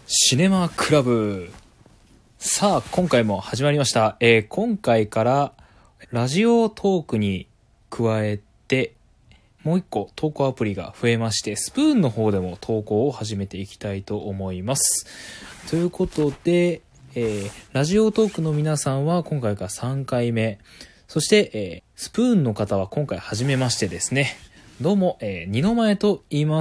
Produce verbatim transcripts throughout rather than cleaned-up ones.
シネマクラブ。さあ今回も始まりました、えー、今回からラジオトークに加えてもう一個投稿アプリが増えまして、スプーンの方でも投稿を始めていきたいと思います。ということで、えー、ラジオトークの皆さんは今回がさんかいめ、そして、えー、スプーンの方は今回初めましてですね。どうも、えー、二の前と言います。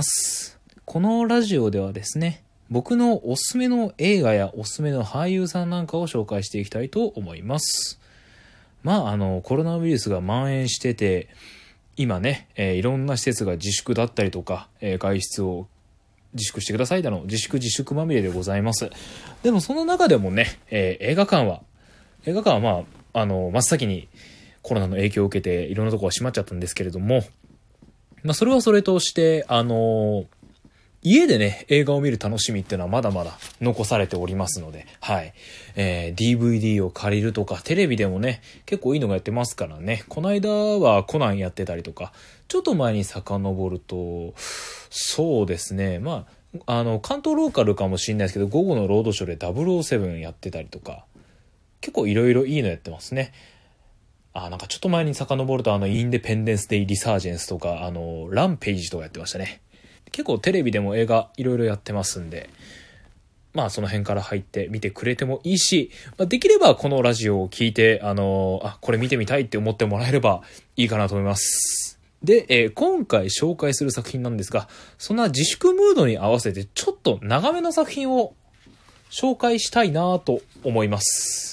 このラジオではですね、僕のおすすめの映画やおすすめの俳優さんなんかを紹介していきたいと思います。まあ、あの、コロナウイルスが蔓延してて、今ね、えー、いろんな施設が自粛だったりとか、えー、外出を自粛してくださいだの、自粛自粛まみれでございます。でもその中でもね、えー、映画館は、映画館はまあ、あの、真っ先にコロナの影響を受けていろんなところが閉まっちゃったんですけれども、まあ、それはそれとして、あのー、家でね、映画を見る楽しみっていうのはまだまだ残されておりますので、はい。えー、ディーブイディー を借りるとか、テレビでもね、結構いいのがやってますからね。この間はコナンやってたりとか、ちょっと前に遡ると、そうですね、まあ、あの、関東ローカルかもしれないですけど、午後のロードショーでダブルオーセブンやってたりとか、結構いろいろいいのやってますね。あ、なんかちょっと前に遡ると、あの、インデペンデンスデイリサージェンスとか、あの、ランページとかやってましたね。結構テレビでも映画いろいろやってますんで、まあその辺から入って見てくれてもいいし、まあ、できればこのラジオを聞いて、あのー、あ、これ見てみたいって思ってもらえればいいかなと思います。で、えー、今回紹介する作品なんですが、そんな自粛ムードに合わせてちょっと長めの作品を紹介したいなと思います。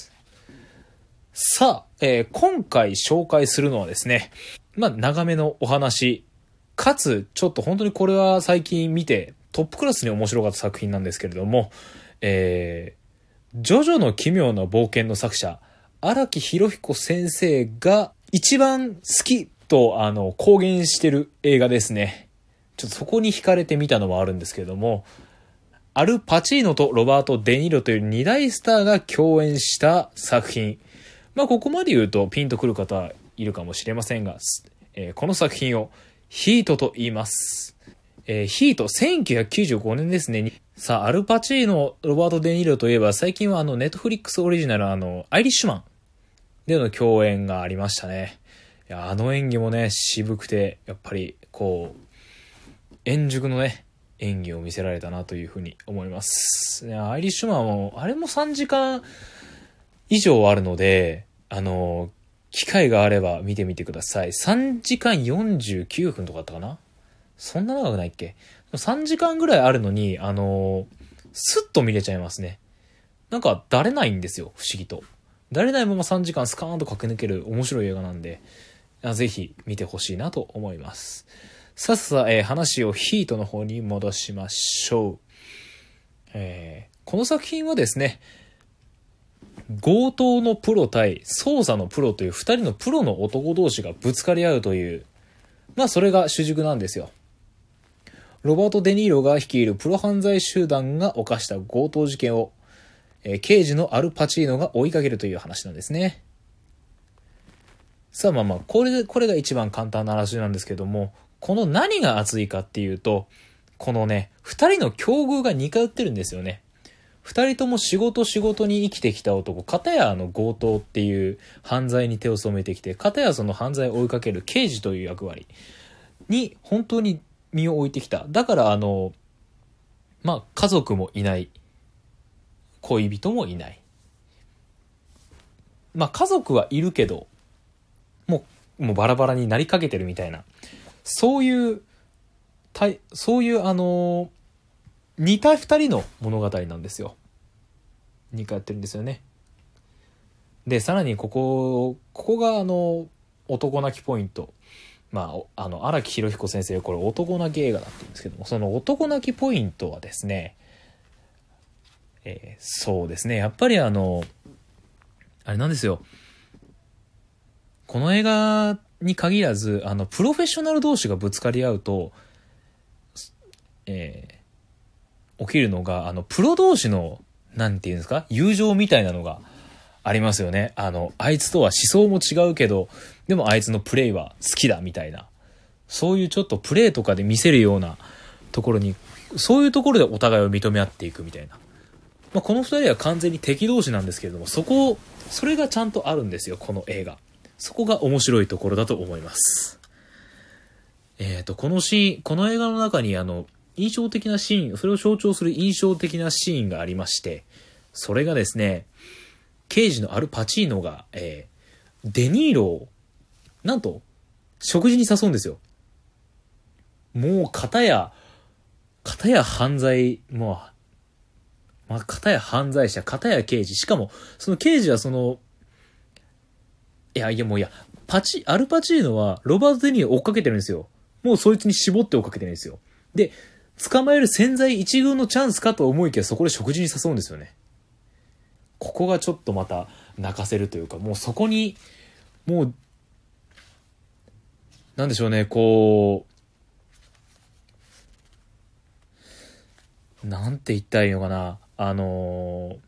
さあ、えー、今回紹介するのはですね、まあ長めのお話、かつ、ちょっと本当にこれは最近見てトップクラスに面白かった作品なんですけれども、えー、ジョジョの奇妙な冒険の作者、荒木博彦先生が一番好きとあの公言してる映画ですね。ちょっとそこに惹かれてみたのもあるんですけれども、アル・パチーノとロバート・デ・ニーロという二大スターが共演した作品。まあここまで言うとピンとくる方いるかもしれませんが、えー、この作品をヒートと言います。えー、ヒート、せんきゅうひゃくきゅうじゅうごねんですね。さあ、アルパチーノ、ロバート・デ・ニーロといえば、最近はあの、ネットフリックスオリジナル、あの、アイリッシュマンでの共演がありましたね。いや、あの演技もね、渋くて、やっぱり、こう、円熟のね、演技を見せられたなというふうに思います。いや、アイリッシュマンも、あれもさんじかん以上あるので、あの、機会があれば見てみてください。さんじかんよんじゅうきゅうふんとかだったかな？そんな長くないっけ？さんじかんぐらいあるのに、あのー、スッと見れちゃいますね。なんか、だれないんですよ、不思議と。だれないままさんじかんスカーンと駆け抜ける面白い映画なんで、ぜひ見てほしいなと思います。さっさ、えー、話をヒートの方に戻しましょう。えー、この作品はですね、強盗のプロ対捜査のプロという二人のプロの男同士がぶつかり合うという、まあそれが主軸なんですよ。ロバート・デ・ニーロが率いるプロ犯罪集団が犯した強盗事件を、えー、刑事のアル・パチーノが追いかけるという話なんですね。さあまあまあ、これ、これが一番簡単な話なんですけども、この何が熱いかっていうと、このね、二人の境遇が似通ってるんですよね。二人とも仕事仕事に生きてきた男、片やあの強盗っていう犯罪に手を染めてきて、片やその犯罪を追いかける刑事という役割に本当に身を置いてきた。だからあの、まあ家族もいない。恋人もいない。まあ家族はいるけど、もう、もうバラバラになりかけてるみたいな。そういう、そういうあの、似た二人の物語なんですよ。にかやってるんですよね。で、さらにここ、ここがあの、男泣きポイント。まあ、あの、荒木博彦先生、これ男泣き映画だって言うんですけども、その男泣きポイントはですね、えー、そうですね、やっぱりあの、あれなんですよ。この映画に限らず、あの、プロフェッショナル同士がぶつかり合うと、えー、起きるのが、あの、プロ同士の、なんていうんですか、友情みたいなのがありますよね。あの、あいつとは思想も違うけど、でもあいつのプレイは好きだみたいな。そういうちょっとプレイとかで見せるようなところに、そういうところでお互いを認め合っていくみたいな。 まあ、この二人は完全に敵同士なんですけれども、そこを、それがちゃんとあるんですよ、この映画。そこが面白いところだと思います。えっと、このシーン、この映画の中にあの、印象的なシーン、それを象徴する印象的なシーンがありまして、それがですね、刑事のアルパチーノが、えー、デニーロを、なんと、食事に誘うんですよ。もう、片や、片や犯罪、もう、まあ、片や犯罪者、片や刑事。しかも、その刑事はその、いやいやもういや、パチ、アルパチーノはロバート・デニーを追っかけてるんですよ。もうそいつに絞って追っかけてるんですよ。で、捕まえる千載一遇のチャンスかと思いきやそこで食事に誘うんですよね。ここがちょっとまた泣かせるというか、もうそこに、もう、なんでしょうね、こう、なんて言ったらいいのかな、あのー、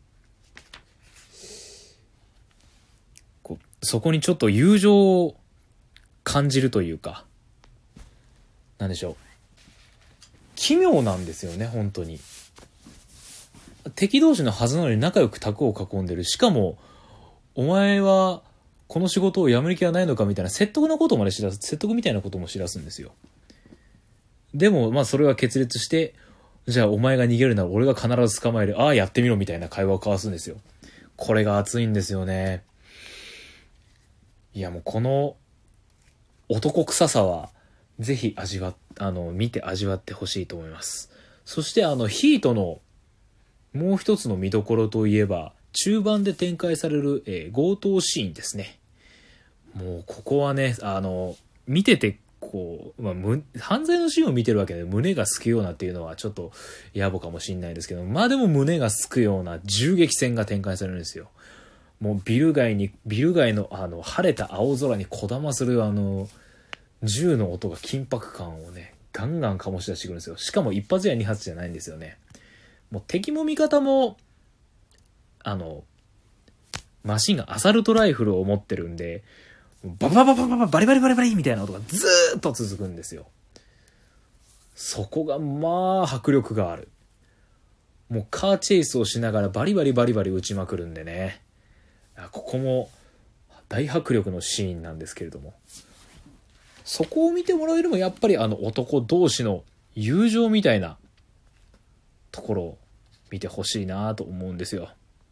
こうそこにちょっと友情を感じるというか、なんでしょう。奇妙なんですよね、本当に。敵同士のはずなのに仲良く卓を囲んでる。しかも、お前はこの仕事を辞める気はないのかみたいな説得のことまで知らす、説得みたいなことも知らすんですよ。でも、まあそれは決裂して、じゃあお前が逃げるなら俺が必ず捕まえる。ああ、やってみろみたいな会話を交わすんですよ。これが熱いんですよね。いやもうこの男臭さは、ぜひ味わっ、あの、見て味わってほしいと思います。そしてあの、ヒートのもう一つの見どころといえば、中盤で展開される、えー、強盗シーンですね。もうここはね、あの、見てて、こう、まあ、む、犯罪のシーンを見てるわけで胸がすくようなっていうのはちょっと野暮かもしんないですけど、まあでも胸がすくような銃撃戦が展開されるんですよ。もうビル街に、ビル街のあの、晴れた青空にこだまするあの、銃の音が緊迫感をね、ガンガン醸し出してくるんですよ。しかも一発や二発じゃないんですよね。もう敵も味方も、あの、マシンがアサルトライフルを持ってるんで、バババババババリバリバリバリみたいな音がずーっと続くんですよ。そこがまあ迫力がある。もうカーチェイスをしながらバリバリバリバリ撃ちまくるんでね。ここも大迫力のシーンなんですけれども。そこを見てもらえるもやっぱりあの男同士の友情みたいなところを見てほしいなと思うんですよ。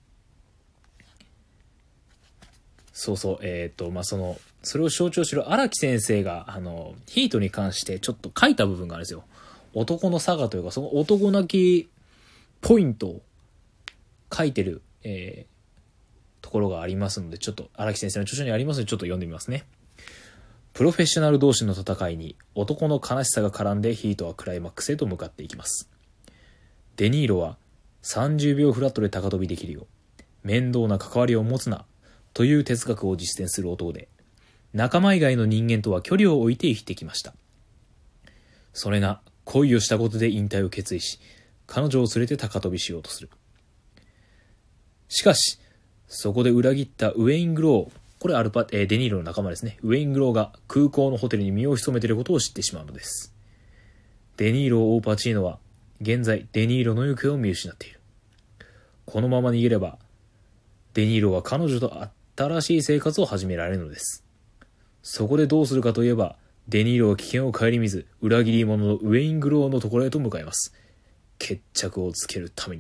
そうそう、えっと、まあ、その、それを象徴する荒木先生が、あの、ヒートに関してちょっと書いた部分があるんですよ。男の差がというか、その男泣きポイントを書いてる、えー、ところがありますので、ちょっと荒木先生の著書にありますので、ちょっと読んでみますね。プロフェッショナル同士の戦いに男の悲しさが絡んでヒートはクライマックスへと向かっていきます。デニーロはさんじゅうびょうフラットで高飛びできるよ。面倒な関わりを持つな。という哲学を実践する男で、仲間以外の人間とは距離を置いて生きてきました。それが恋をしたことで引退を決意し、彼女を連れて高飛びしようとする。しかし、そこで裏切ったウェイン・グロー、これアルパ、えー、デニーロの仲間ですね。ウェイン・グローが空港のホテルに身を潜めていることを知ってしまうのです。デニーロを追うパチーノは、現在デニーロの行方を見失っている。このまま逃げれば、デニーロは彼女と会って、新しい生活を始められるのです。そこでどうするかといえば、デニーロは危険を顧みず、裏切り者のウェイン・グローのところへと向かいます。決着をつけるために。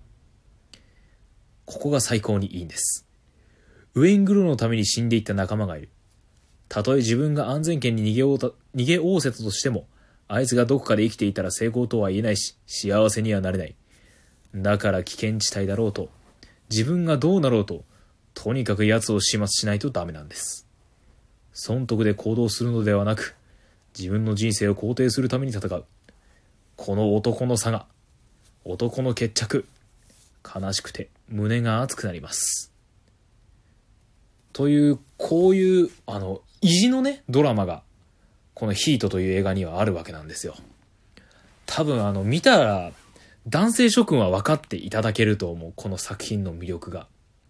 ここが最高にいいんです。ウェイン・グローのために死んでいった仲間がいる。たとえ自分が安全圏に逃げおうた、逃げおおせたとしても、あいつがどこかで生きていたら成功とは言えないし、幸せにはなれない。だから危険地帯だろうと、自分がどうなろうと、とにかく奴を始末しないとダメなんです。損得で行動するのではなく、自分の人生を肯定するために戦う。この男の差が、男の決着、悲しくて胸が熱くなります。という、こういう、あの、意地のね、ドラマが、このヒートという映画にはあるわけなんですよ。多分、あの、見たら、男性諸君は分かっていただけると思う。この作品の魅力が。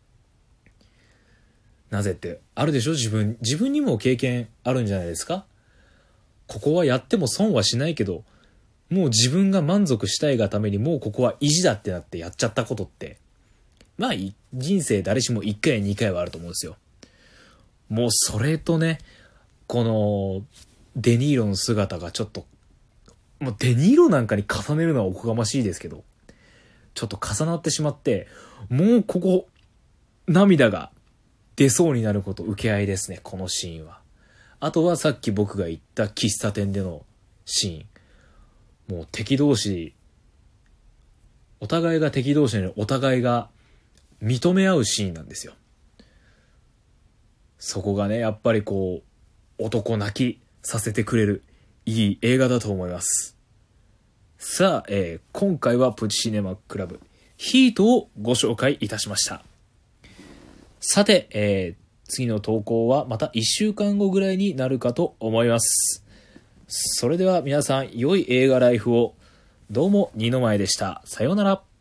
なぜってあるでしょ。自分自分にも経験あるんじゃないですか。ここはやっても損はしないけど、もう自分が満足したいがためにもうここは意地だってなってやっちゃったことってまあ、人生誰しもいっかいやにかいはあると思うんですよ。もうそれとね、この、デニーロの姿がちょっと、もうデニーロなんかに重ねるのはおこがましいですけど、ちょっと重なってしまって、もうここ、涙が出そうになること受け合いですね、このシーンは。あとはさっき僕が言った喫茶店でのシーン。もう敵同士、お互いが敵同士にお互いが認め合うシーンなんですよ。そこがね、やっぱりこう、男泣きさせてくれる、いい映画だと思います。さあ、えー、今回はプチシネマクラブ、ヒートをご紹介いたしました。さて、えー、次の投稿はまたいっしゅうかんごぐらいになるかと思います。それでは皆さん、良い映画ライフを。どうも、二の前でした。さようなら。